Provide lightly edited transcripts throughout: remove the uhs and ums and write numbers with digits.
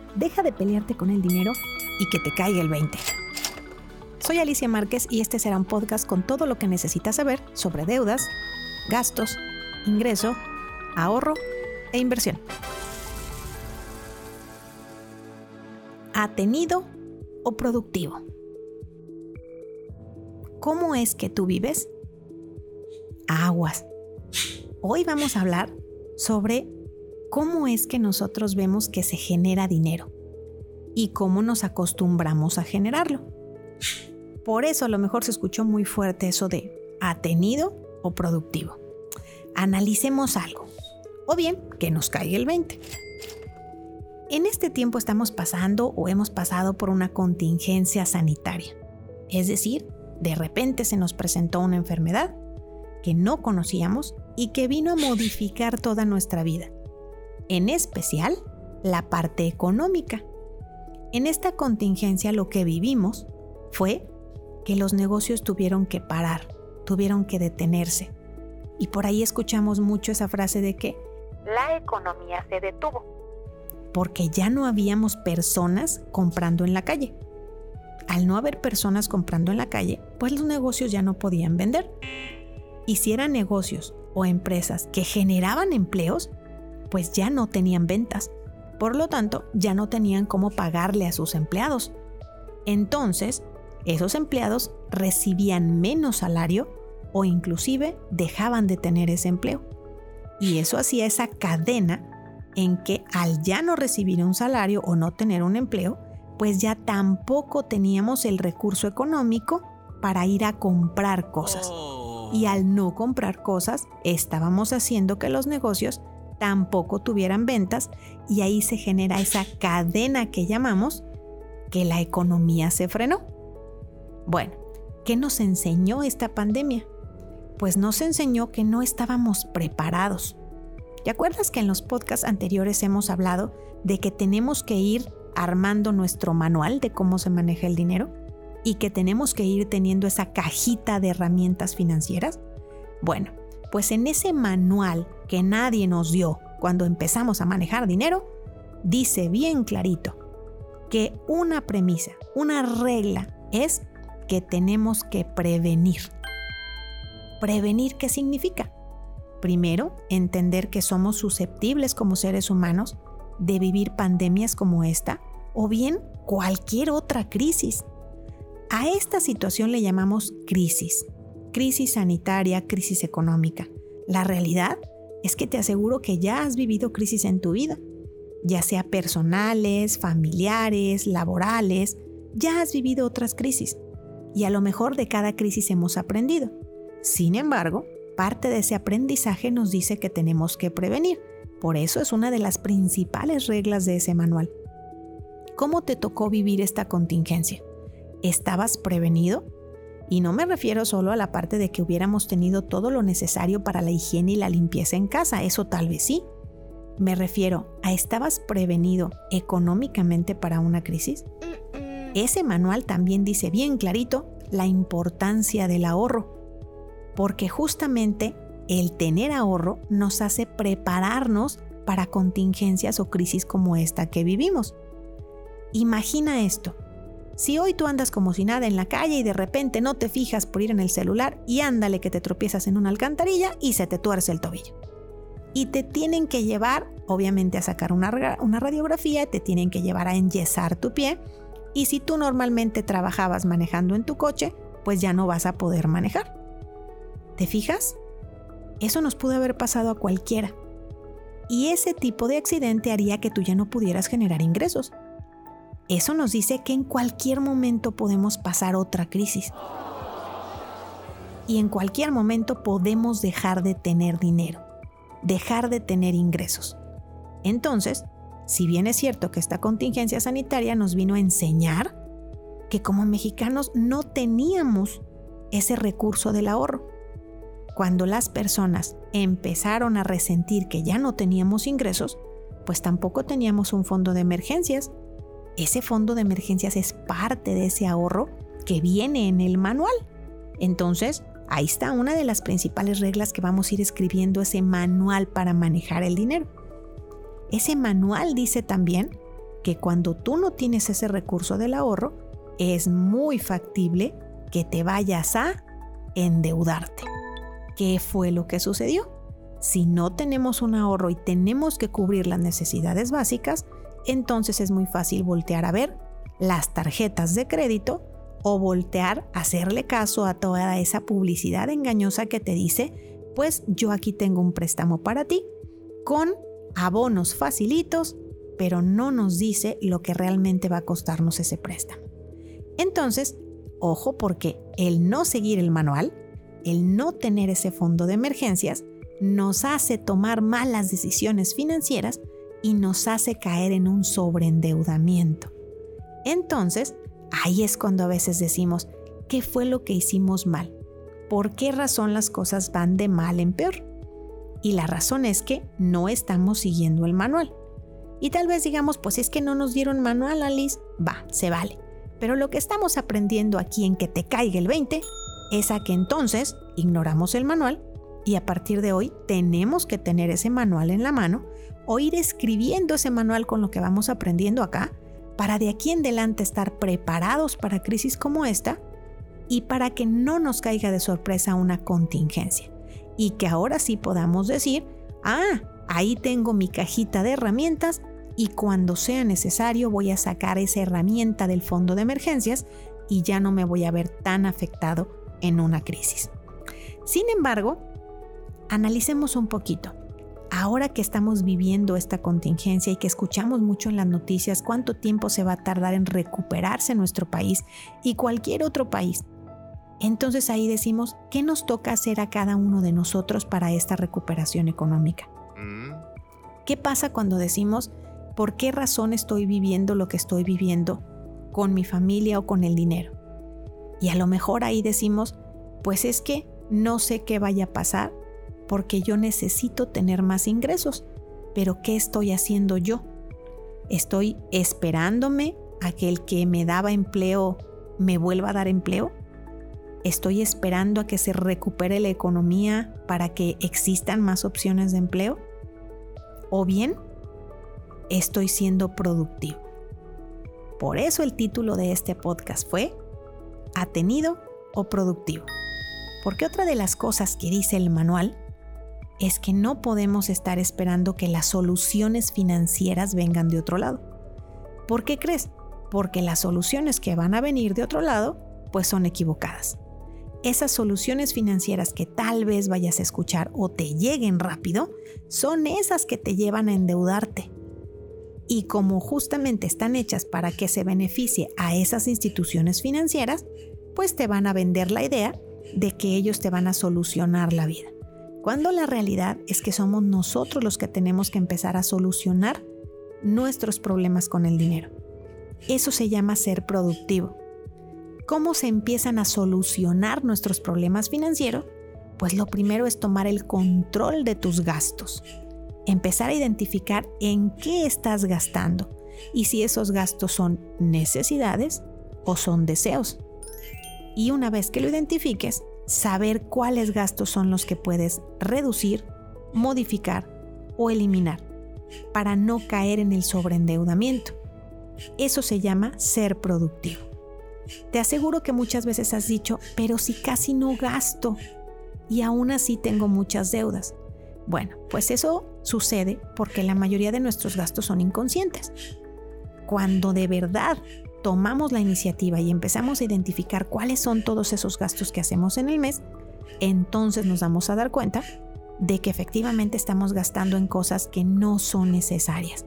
deja de pelearte con el dinero y que te caiga el 20. Soy Alicia Márquez y este será un podcast con todo lo que necesitas saber sobre deudas, gastos, ingreso, ahorro e inversión. ¿Atenido o productivo? ¿Cómo es que tú vives? Aguas. Hoy vamos a hablar sobre cómo es que nosotros vemos que se genera dinero y cómo nos acostumbramos a generarlo. Por eso a lo mejor se escuchó muy fuerte eso de atenido o productivo. Analicemos algo, o bien que nos caiga el 20. En este tiempo estamos pasando o hemos pasado por una contingencia sanitaria. Es decir, de repente se nos presentó una enfermedad que no conocíamos y que vino a modificar toda nuestra vida. En especial, la parte económica. En esta contingencia lo que vivimos fue que los negocios tuvieron que parar, tuvieron que detenerse. Y por ahí escuchamos mucho esa frase de que la economía se detuvo, porque ya no habíamos personas comprando en la calle. Al no haber personas comprando en la calle, pues los negocios ya no podían vender. Y si eran negocios o empresas que generaban empleos, pues ya no tenían ventas. Por lo tanto, ya no tenían cómo pagarle a sus empleados. Entonces, esos empleados recibían menos salario o inclusive dejaban de tener ese empleo. Y eso hacía esa cadena en que al ya no recibir un salario o no tener un empleo, pues ya tampoco teníamos el recurso económico para ir a comprar cosas. Y al no comprar cosas, estábamos haciendo que los negocios tampoco tuvieran ventas y ahí se genera esa cadena que llamamos que la economía se frenó. Bueno, ¿qué nos enseñó esta pandemia? Pues nos enseñó que no estábamos preparados. ¿Te acuerdas que en los podcasts anteriores hemos hablado de que tenemos que ir armando nuestro manual de cómo se maneja el dinero y que tenemos que ir teniendo esa cajita de herramientas financieras? Bueno, pues en ese manual que nadie nos dio cuando empezamos a manejar dinero, dice bien clarito que una premisa, una regla es que tenemos que prevenir. ¿Prevenir qué significa? Primero, entender que somos susceptibles como seres humanos de vivir pandemias como esta o bien cualquier otra crisis. A esta situación le llamamos crisis. Crisis sanitaria, crisis económica. La realidad es que te aseguro que ya has vivido crisis en tu vida, ya sea personales, familiares, laborales, ya has vivido otras crisis y a lo mejor de cada crisis hemos aprendido. Sin embargo, parte de ese aprendizaje nos dice que tenemos que prevenir. Por eso es una de las principales reglas de ese manual. ¿Cómo te tocó vivir esta contingencia? ¿Estabas prevenido? Y no me refiero solo a la parte de que hubiéramos tenido todo lo necesario para la higiene y la limpieza en casa, eso tal vez sí. Me refiero a ¿estabas prevenido económicamente para una crisis? Ese manual también dice bien clarito la importancia del ahorro, porque justamente el tener ahorro nos hace prepararnos para contingencias o crisis como esta que vivimos. Imagina esto. Si hoy tú andas como si nada en la calle y de repente no te fijas por ir en el celular y ándale que te tropiezas en una alcantarilla y se te tuerce el tobillo. Y te tienen que llevar, obviamente, a sacar una radiografía, te tienen que llevar a enyesar tu pie y si tú normalmente trabajabas manejando en tu coche, pues ya no vas a poder manejar. ¿Te fijas? Eso nos pudo haber pasado a cualquiera. Y ese tipo de accidente haría que tú ya no pudieras generar ingresos. Eso nos dice que en cualquier momento podemos pasar otra crisis. Y en cualquier momento podemos dejar de tener dinero, dejar de tener ingresos. Entonces, si bien es cierto que esta contingencia sanitaria nos vino a enseñar que como mexicanos no teníamos ese recurso del ahorro. Cuando las personas empezaron a resentir que ya no teníamos ingresos, pues tampoco teníamos un fondo de emergencias. Ese fondo de emergencias es parte de ese ahorro que viene en el manual. Entonces, ahí está una de las principales reglas que vamos a ir escribiendo, ese manual para manejar el dinero. Ese manual dice también que cuando tú no tienes ese recurso del ahorro, es muy factible que te vayas a endeudarte. ¿Qué fue lo que sucedió? Si no tenemos un ahorro y tenemos que cubrir las necesidades básicas, entonces es muy fácil voltear a ver las tarjetas de crédito o voltear a hacerle caso a toda esa publicidad engañosa que te dice, pues yo aquí tengo un préstamo para ti con abonos facilitos, pero no nos dice lo que realmente va a costarnos ese préstamo. Entonces, ojo, porque el no seguir el manual, el no tener ese fondo de emergencias, nos hace tomar malas decisiones financieras y nos hace caer en un sobreendeudamiento. Entonces, ahí es cuando a veces decimos, ¿qué fue lo que hicimos mal? ¿Por qué razón las cosas van de mal en peor? Y la razón es que no estamos siguiendo el manual. Y tal vez digamos, pues es que no nos dieron manual, Alice. Va, se vale. Pero lo que estamos aprendiendo aquí en que te caiga el 20 es a que entonces ignoramos el manual y a partir de hoy tenemos que tener ese manual en la mano o ir escribiendo ese manual con lo que vamos aprendiendo acá para de aquí en adelante estar preparados para crisis como esta y para que no nos caiga de sorpresa una contingencia y que ahora sí podamos decir, ahí tengo mi cajita de herramientas y cuando sea necesario voy a sacar esa herramienta del fondo de emergencias y ya no me voy a ver tan afectado en una crisis. Sin embargo, analicemos un poquito. Ahora que estamos viviendo esta contingencia y que escuchamos mucho en las noticias cuánto tiempo se va a tardar en recuperarse nuestro país y cualquier otro país, entonces ahí decimos, ¿qué nos toca hacer a cada uno de nosotros para esta recuperación económica? ¿Qué pasa cuando decimos, ¿por qué razón estoy viviendo lo que estoy viviendo con mi familia o con el dinero? Y a lo mejor ahí decimos, pues es que no sé qué vaya a pasar porque yo necesito tener más ingresos. Pero ¿qué estoy haciendo yo? ¿Estoy esperándome a que el que me daba empleo me vuelva a dar empleo? ¿Estoy esperando a que se recupere la economía para que existan más opciones de empleo? ¿O bien estoy siendo productivo? Por eso el título de este podcast fue ¿Atenido o productivo? Porque otra de las cosas que dice el manual es que no podemos estar esperando que las soluciones financieras vengan de otro lado. ¿Por qué crees? Porque las soluciones que van a venir de otro lado, pues son equivocadas. Esas soluciones financieras que tal vez vayas a escuchar o te lleguen rápido, son esas que te llevan a endeudarte. Y como justamente están hechas para que se beneficie a esas instituciones financieras, pues te van a vender la idea de que ellos te van a solucionar la vida. Cuando la realidad es que somos nosotros los que tenemos que empezar a solucionar nuestros problemas con el dinero. Eso se llama ser productivo. ¿Cómo se empiezan a solucionar nuestros problemas financieros? Pues lo primero es tomar el control de tus gastos. Empezar a identificar en qué estás gastando y si esos gastos son necesidades o son deseos. Y una vez que lo identifiques, saber cuáles gastos son los que puedes reducir, modificar o eliminar para no caer en el sobreendeudamiento. Eso se llama ser productivo. Te aseguro que muchas veces has dicho, pero si casi no gasto y aún así tengo muchas deudas. Bueno, pues eso sucede porque la mayoría de nuestros gastos son inconscientes. Cuando de verdad tomamos la iniciativa y empezamos a identificar cuáles son todos esos gastos que hacemos en el mes, entonces nos vamos a dar cuenta de que efectivamente estamos gastando en cosas que no son necesarias.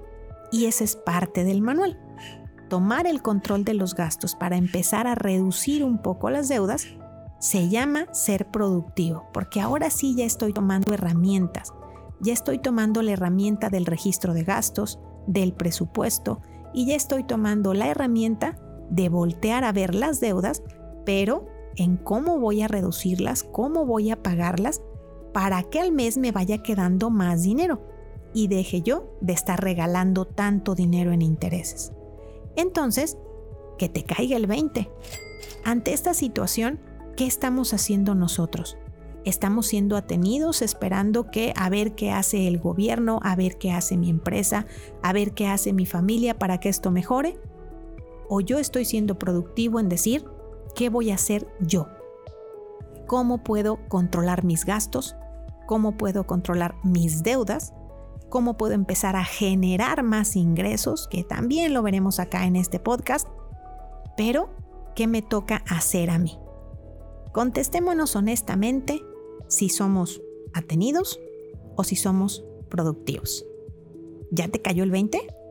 Y esa es parte del manual. Tomar el control de los gastos para empezar a reducir un poco las deudas se llama ser productivo, porque ahora sí ya estoy tomando herramientas. Ya estoy tomando la herramienta del registro de gastos, del presupuesto, y ya estoy tomando la herramienta de voltear a ver las deudas, pero en cómo voy a reducirlas, cómo voy a pagarlas, para que al mes me vaya quedando más dinero y deje yo de estar regalando tanto dinero en intereses. Entonces, que te caiga el 20. Ante esta situación, ¿qué estamos haciendo nosotros? Estamos siendo atenidos esperando a ver qué hace el gobierno, a ver qué hace mi empresa, a ver qué hace mi familia para que esto mejore. O yo estoy siendo productivo en decir, ¿qué voy a hacer yo? ¿Cómo puedo controlar mis gastos? ¿Cómo puedo controlar mis deudas? ¿Cómo puedo empezar a generar más ingresos? Que también lo veremos acá en este podcast. Pero, ¿qué me toca hacer a mí? Contestémonos honestamente si somos atenidos o si somos productivos. ¿Ya te cayó el 20?